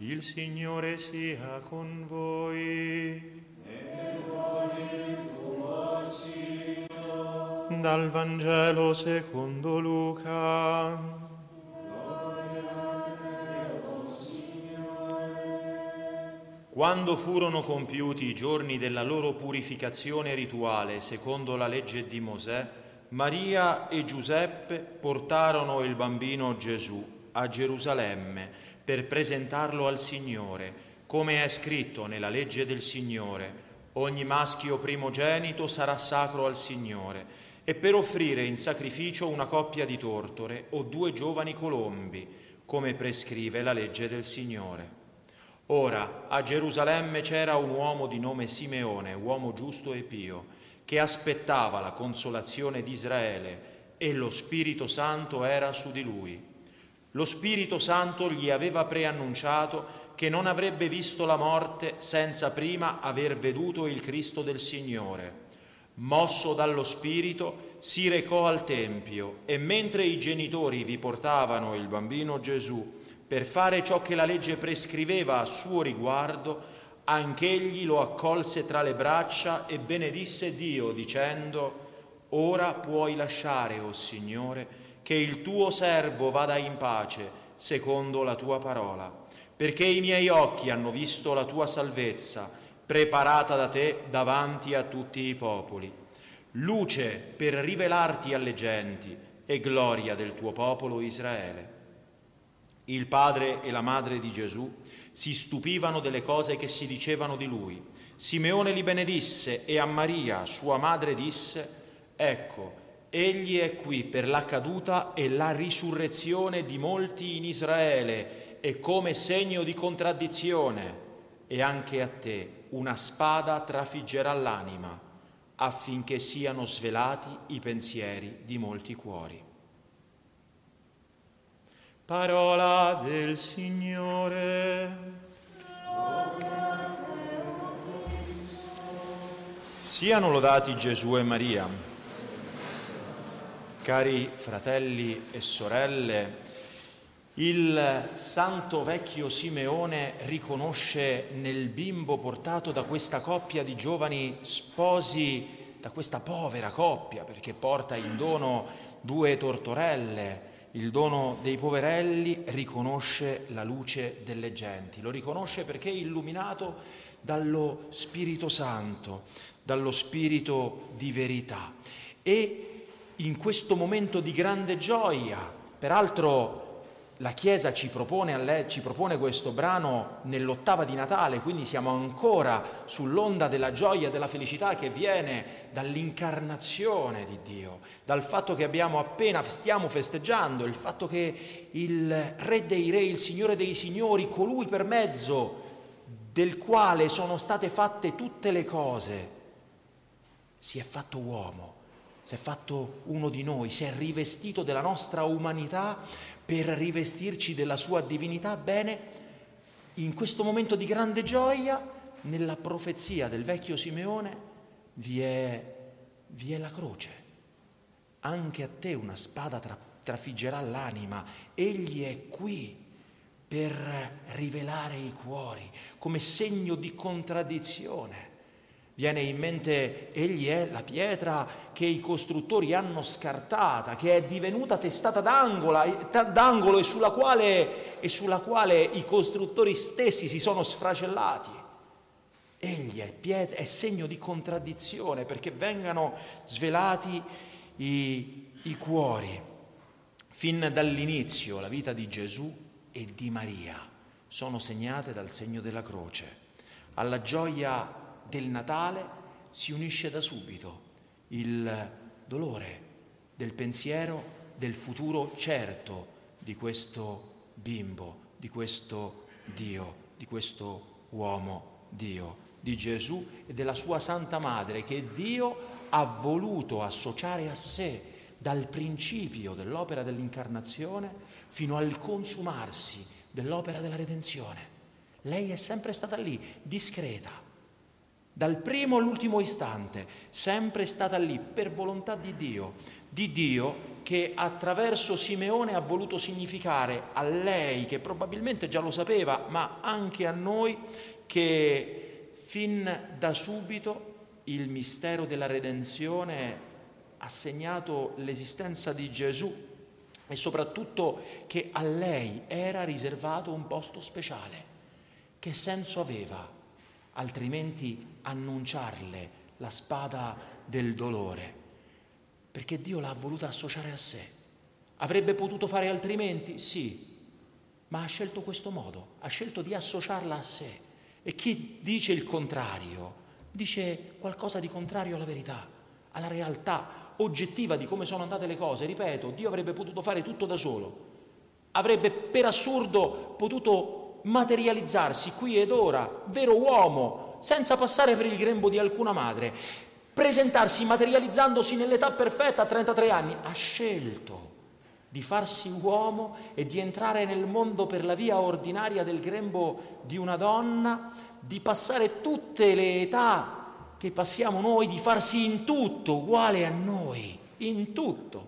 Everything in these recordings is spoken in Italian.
Il Signore sia con voi. E con il tuo spirito. Dal Vangelo secondo Luca. Gloria a te, o Signore. Quando furono compiuti i giorni della loro purificazione rituale secondo la legge di Mosè, Maria e Giuseppe portarono il bambino Gesù a Gerusalemme per presentarlo al Signore, come è scritto nella legge del Signore: ogni maschio primogenito sarà sacro al Signore, e per offrire in sacrificio una coppia di tortore o 2 giovani colombi, come prescrive la legge del Signore. Ora a Gerusalemme c'era un uomo di nome Simeone, uomo giusto e pio, che aspettava la consolazione di Israele, e lo Spirito Santo era su di lui. Lo Spirito Santo gli aveva preannunciato che non avrebbe visto la morte senza prima aver veduto il Cristo del Signore. Mosso dallo Spirito, si recò al Tempio, e mentre i genitori vi portavano il bambino Gesù per fare ciò che la legge prescriveva a suo riguardo, anch'egli lo accolse tra le braccia e benedisse Dio, dicendo: «Ora puoi lasciare, o Signore, che il tuo servo vada in pace, secondo la tua parola, perché i miei occhi hanno visto la tua salvezza, preparata da te davanti a tutti i popoli, luce per rivelarti alle genti e gloria del tuo popolo Israele». Il padre e la madre di Gesù si stupivano delle cose che si dicevano di lui. Simeone li benedisse e a Maria, sua madre, disse: «Ecco, egli è qui per la caduta e la risurrezione di molti in Israele, e come segno di contraddizione, e anche a te una spada trafiggerà l'anima, affinché siano svelati i pensieri di molti cuori». Parola del Signore. Siano lodati Gesù e Maria. Cari fratelli e sorelle, il santo vecchio Simeone riconosce nel bimbo portato da questa coppia di giovani sposi, da questa povera coppia, perché porta in dono 2 tortorelle, il dono dei poverelli, riconosce la luce delle genti. Lo riconosce perché è illuminato dallo Spirito Santo, dallo Spirito di verità. E in questo momento di grande gioia, peraltro la Chiesa ci propone questo brano nell'8ª di Natale, quindi siamo ancora sull'onda della gioia e della felicità che viene dall'incarnazione di Dio, dal fatto che stiamo festeggiando il fatto che il Re dei Re, il Signore dei Signori, colui per mezzo del quale sono state fatte tutte le cose, si è fatto uomo, si è fatto uno di noi, si è rivestito della nostra umanità per rivestirci della sua divinità. Bene, in questo momento di grande gioia, nella profezia del vecchio Simeone vi è la croce. Anche a te una spada trafiggerà l'anima. Egli è qui per rivelare i cuori, come segno di contraddizione. Viene in mente: egli è la pietra che i costruttori hanno scartata, che è divenuta testata d'angolo e sulla quale i costruttori stessi si sono sfracellati. Egli è segno di contraddizione, perché vengano svelati i cuori. Fin dall'inizio la vita di Gesù e di Maria sono segnate dal segno della croce. Alla gioia del Natale si unisce da subito il dolore del pensiero del futuro certo di questo bimbo, di questo Dio, di questo uomo Dio, di Gesù e della sua Santa Madre, che Dio ha voluto associare a sé dal principio dell'opera dell'incarnazione fino al consumarsi dell'opera della redenzione. Lei è sempre stata lì, discreta, dal primo all'ultimo istante, sempre stata lì per volontà di Dio che attraverso Simeone ha voluto significare a lei, che probabilmente già lo sapeva, ma anche a noi, che fin da subito il mistero della redenzione ha segnato l'esistenza di Gesù e soprattutto che a lei era riservato un posto speciale. Che senso aveva altrimenti annunciarle la spada del dolore? Perché Dio l'ha voluta associare a sé. Avrebbe potuto fare altrimenti? Sì, ma ha scelto questo modo, ha scelto di associarla a sé. E chi dice il contrario, dice qualcosa di contrario alla verità, alla realtà oggettiva di come sono andate le cose. Ripeto, Dio avrebbe potuto fare tutto da solo, avrebbe per assurdo potuto materializzarsi qui ed ora, vero uomo, senza passare per il grembo di alcuna madre, presentarsi materializzandosi nell'età perfetta a 33 anni. Ha scelto di farsi uomo e di entrare nel mondo per la via ordinaria del grembo di una donna, di passare tutte le età che passiamo noi, di farsi in tutto uguale a noi, in tutto.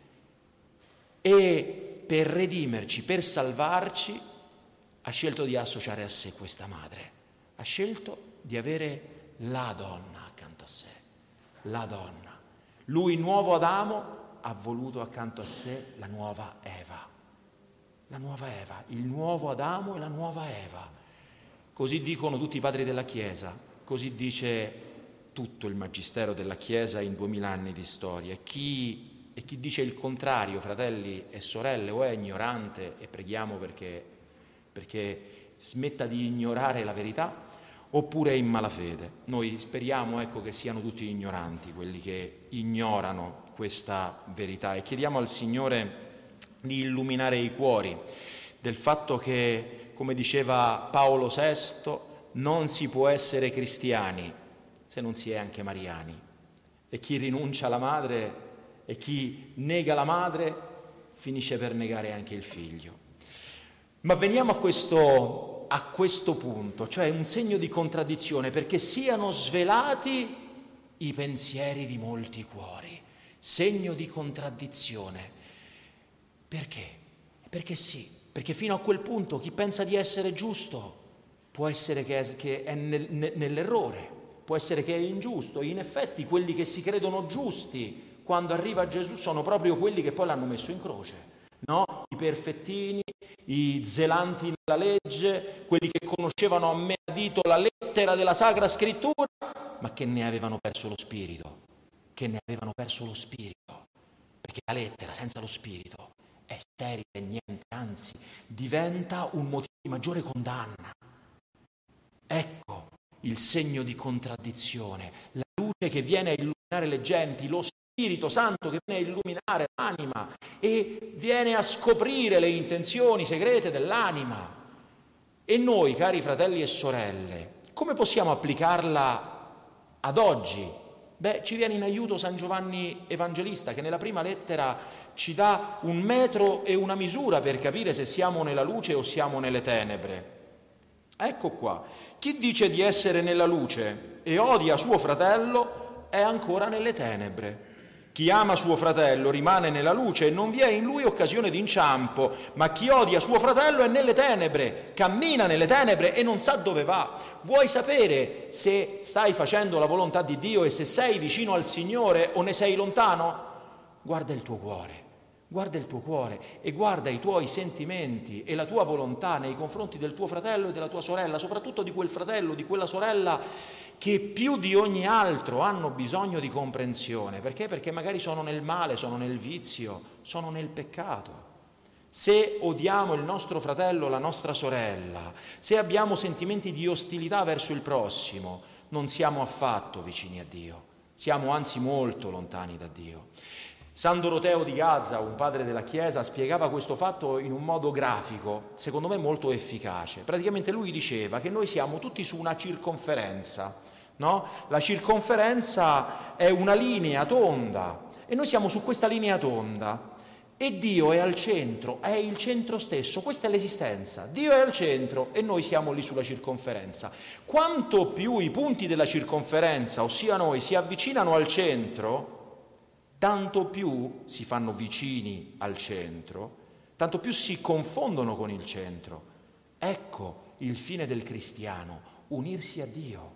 E per redimerci, per salvarci, ha scelto di associare a sé questa madre. Ha scelto di avere la donna accanto a sé, la donna. Lui, nuovo Adamo, ha voluto accanto a sé la nuova Eva. La nuova Eva, il nuovo Adamo e la nuova Eva. Così dicono tutti i padri della Chiesa, così dice tutto il magistero della Chiesa in 2000 anni di storia. E chi dice il contrario, fratelli e sorelle, o è ignorante, e preghiamo perché smetta di ignorare la verità, oppure è in malafede. Noi speriamo, che siano tutti ignoranti quelli che ignorano questa verità, e chiediamo al Signore di illuminare i cuori del fatto che, come diceva Paolo VI, non si può essere cristiani se non si è anche mariani, e chi rinuncia alla madre e chi nega la madre finisce per negare anche il figlio. Ma veniamo a questo punto, cioè un segno di contraddizione, perché siano svelati i pensieri di molti cuori. Segno di contraddizione. Perché? Perché sì, perché fino a quel punto chi pensa di essere giusto può essere che è nell'errore, può essere che è ingiusto. In effetti quelli che si credono giusti quando arriva Gesù sono proprio quelli che poi l'hanno messo in croce, no? I perfettini, i zelanti nella legge, quelli che conoscevano a menadito la lettera della Sacra Scrittura, ma che ne avevano perso lo spirito, perché la lettera senza lo spirito è sterile e niente, anzi diventa un motivo di maggiore condanna. Ecco il segno di contraddizione, la luce che viene a illuminare le genti, lo Spirito Santo che viene a illuminare l'anima e viene a scoprire le intenzioni segrete dell'anima. E noi, cari fratelli e sorelle, come possiamo applicarla ad oggi? Ci viene in aiuto San Giovanni Evangelista, che nella prima lettera ci dà un metro e una misura per capire se siamo nella luce o siamo nelle tenebre. Ecco qua, chi dice di essere nella luce e odia suo fratello è ancora nelle tenebre. Chi ama suo fratello rimane nella luce e non vi è in lui occasione di inciampo, ma chi odia suo fratello è nelle tenebre, cammina nelle tenebre e non sa dove va. Vuoi sapere se stai facendo la volontà di Dio e se sei vicino al Signore o ne sei lontano? Guarda il tuo cuore e guarda i tuoi sentimenti e la tua volontà nei confronti del tuo fratello e della tua sorella, soprattutto di quel fratello, di quella sorella che più di ogni altro hanno bisogno di comprensione. Perché? Perché magari sono nel male, sono nel vizio, sono nel peccato. Se odiamo il nostro fratello, la nostra sorella, se abbiamo sentimenti di ostilità verso il prossimo, non siamo affatto vicini a Dio, siamo anzi molto lontani da Dio. San Doroteo di Gazza, un padre della Chiesa, spiegava questo fatto in un modo grafico, secondo me molto efficace. Praticamente lui diceva che noi siamo tutti su una circonferenza, no? La circonferenza è una linea tonda e noi siamo su questa linea tonda e Dio è al centro, è il centro stesso, questa è l'esistenza. Dio è al centro e noi siamo lì sulla circonferenza. Quanto più i punti della circonferenza, ossia noi, si avvicinano al centro, tanto più si fanno vicini al centro, tanto più si confondono con il centro. Ecco il fine del cristiano, unirsi a Dio.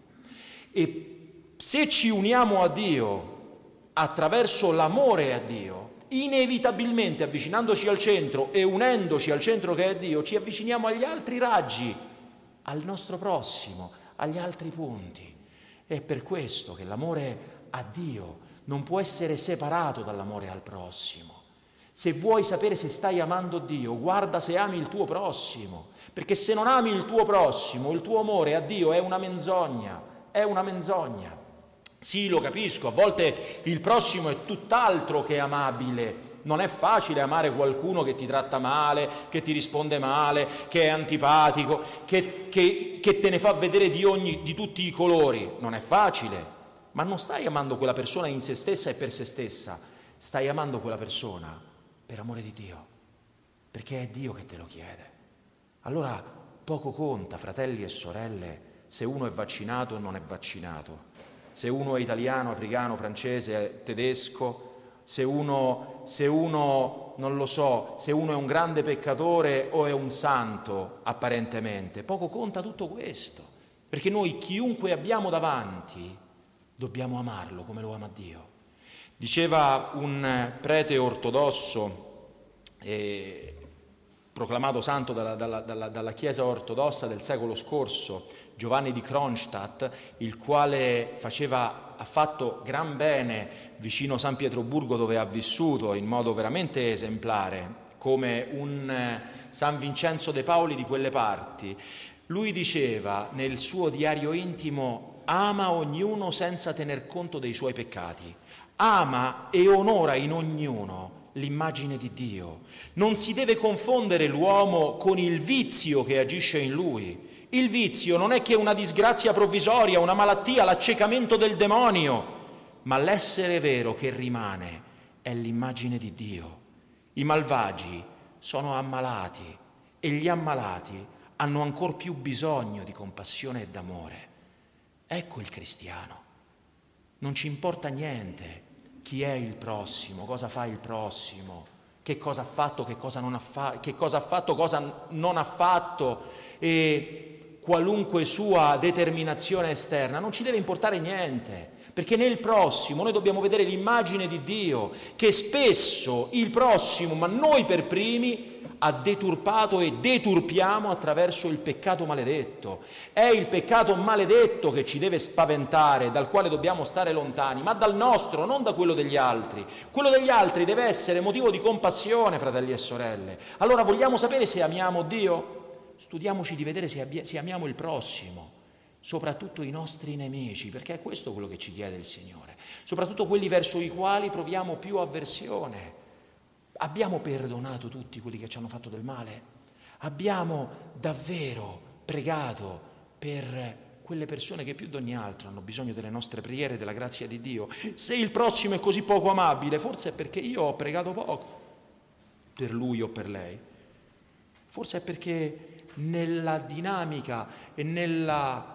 E se ci uniamo a Dio attraverso l'amore a Dio, inevitabilmente avvicinandoci al centro e unendoci al centro che è Dio, ci avviciniamo agli altri raggi, al nostro prossimo, agli altri punti. È per questo che l'amore a Dio non può essere separato dall'amore al prossimo. Se vuoi sapere se stai amando Dio, guarda se ami il tuo prossimo, perché se non ami il tuo prossimo, il tuo amore a Dio è una menzogna, è una menzogna. Sì, lo capisco, a volte il prossimo è tutt'altro che amabile. Non è facile amare qualcuno che ti tratta male, che ti risponde male, che è antipatico, che te ne fa vedere di tutti i colori. Non è facile, ma non stai amando quella persona in se stessa e per se stessa, stai amando quella persona per amore di Dio, perché è Dio che te lo chiede. Allora poco conta, fratelli e sorelle, se uno è vaccinato o non è vaccinato, se uno è italiano, africano, francese, tedesco, se uno non lo so, se uno è un grande peccatore o è un santo apparentemente, poco conta tutto questo, perché noi chiunque abbiamo davanti dobbiamo amarlo come lo ama Dio. Diceva un prete ortodosso, proclamato santo dalla Chiesa ortodossa del secolo scorso, Giovanni di Kronstadt, il quale ha fatto gran bene vicino San Pietroburgo, dove ha vissuto in modo veramente esemplare, come un San Vincenzo de Pauli di quelle parti. Lui diceva nel suo diario intimo: ama ognuno senza tener conto dei suoi peccati, ama e onora in ognuno l'immagine di Dio. Non si deve confondere l'uomo con il vizio che agisce in lui. Il vizio non è che una disgrazia provvisoria, una malattia, l'accecamento del demonio, ma l'essere vero che rimane è l'immagine di Dio. I malvagi sono ammalati e gli ammalati hanno ancor più bisogno di compassione e d'amore. Ecco il cristiano. Non ci importa niente chi è il prossimo, cosa fa il prossimo, che cosa ha fatto, che cosa non ha fatto, che cosa ha fatto, cosa non ha fatto, e qualunque sua determinazione esterna, non ci deve importare niente, perché nel prossimo noi dobbiamo vedere l'immagine di Dio, che spesso il prossimo, ma noi per primi, ha deturpato e deturpiamo attraverso il peccato maledetto. È il peccato maledetto che ci deve spaventare, dal quale dobbiamo stare lontani, ma dal nostro, non da quello degli altri. Quello degli altri deve essere motivo di compassione, fratelli e sorelle. Allora vogliamo sapere se amiamo Dio? Studiamoci di vedere se amiamo il prossimo, soprattutto i nostri nemici, perché è questo quello che ci chiede il Signore, soprattutto quelli verso i quali proviamo più avversione. Abbiamo perdonato tutti quelli che ci hanno fatto del male? Abbiamo davvero pregato per quelle persone che più di ogni altro hanno bisogno delle nostre preghiere e della grazia di Dio? Se il prossimo è così poco amabile, forse è perché io ho pregato poco per lui o per lei. Forse è perché nella dinamica e nelle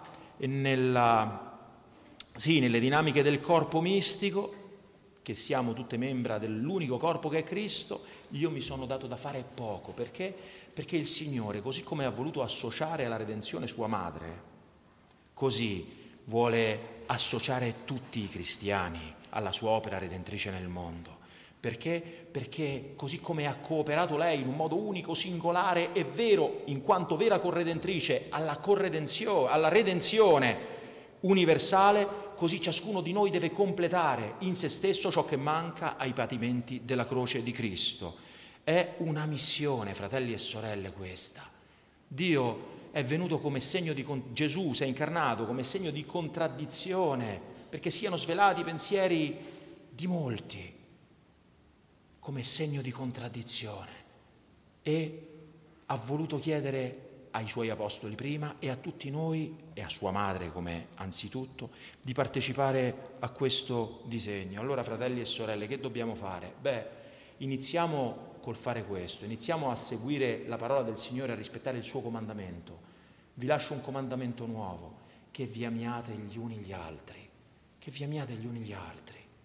dinamiche del corpo mistico, che siamo tutte membra dell'unico corpo che è Cristo, io mi sono dato da fare poco. Perché? Perché il Signore, così come ha voluto associare alla redenzione sua madre, così vuole associare tutti i cristiani alla sua opera redentrice nel mondo. Perché? Perché così come ha cooperato lei in un modo unico, singolare e vero, in quanto vera corredentrice, alla redenzione universale, così ciascuno di noi deve completare in se stesso ciò che manca ai patimenti della croce di Cristo. È una missione, fratelli e sorelle, questa. Dio è venuto come segno Gesù si è incarnato come segno di contraddizione, perché siano svelati i pensieri di molti, come segno di contraddizione, e ha voluto chiedere ai suoi apostoli prima e a tutti noi e a sua madre come anzitutto di partecipare a questo disegno. Allora, fratelli e sorelle, che dobbiamo fare? Iniziamo col fare questo, iniziamo a seguire la parola del Signore, a rispettare il suo comandamento. Vi lascio un comandamento nuovo: che vi amiate gli uni gli altri, che vi amiate gli uni gli altri.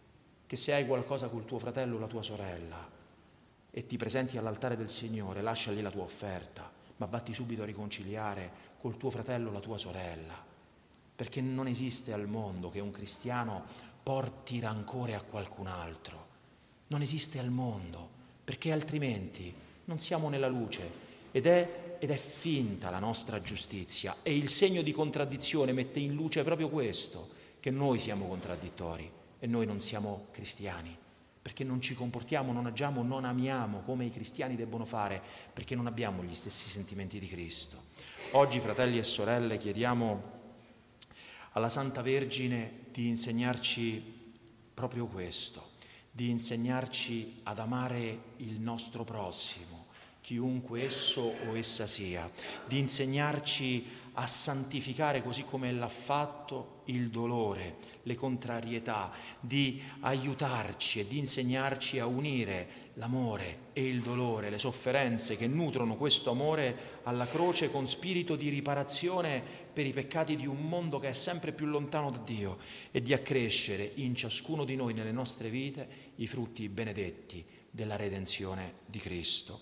che se hai qualcosa col tuo fratello o la tua sorella e ti presenti all'altare del Signore, lasciagli la tua offerta, ma vatti subito a riconciliare col tuo fratello o la tua sorella, perché non esiste al mondo che un cristiano porti rancore a qualcun altro. Non esiste al mondo, perché altrimenti non siamo nella luce ed è finta la nostra giustizia, e il segno di contraddizione mette in luce proprio questo, che noi siamo contraddittori e noi non siamo cristiani, perché non ci comportiamo, non agiamo, non amiamo come i cristiani debbono fare, perché non abbiamo gli stessi sentimenti di Cristo. Oggi, fratelli e sorelle, chiediamo alla Santa Vergine di insegnarci proprio questo, di insegnarci ad amare il nostro prossimo, chiunque esso o essa sia, di insegnarci a santificare così come l'ha fatto il dolore, le contrarietà, di aiutarci e di insegnarci a unire l'amore e il dolore, le sofferenze che nutrono questo amore alla croce con spirito di riparazione per i peccati di un mondo che è sempre più lontano da Dio, e di accrescere in ciascuno di noi, nelle nostre vite, i frutti benedetti della redenzione di Cristo.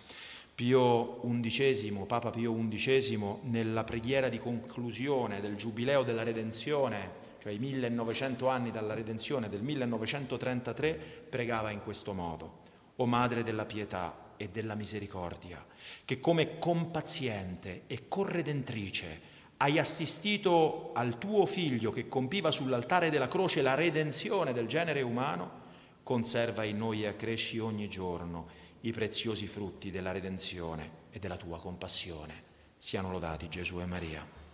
Papa Pio XI, nella preghiera di conclusione del Giubileo della Redenzione, cioè i 1900 anni dalla Redenzione del 1933, pregava in questo modo: O Madre della pietà e della misericordia, che come compaziente e corredentrice hai assistito al tuo Figlio che compiva sull'altare della croce la redenzione del genere umano, conserva in noi e accresci ogni giorno i preziosi frutti della redenzione e della tua compassione. Siano lodati Gesù e Maria.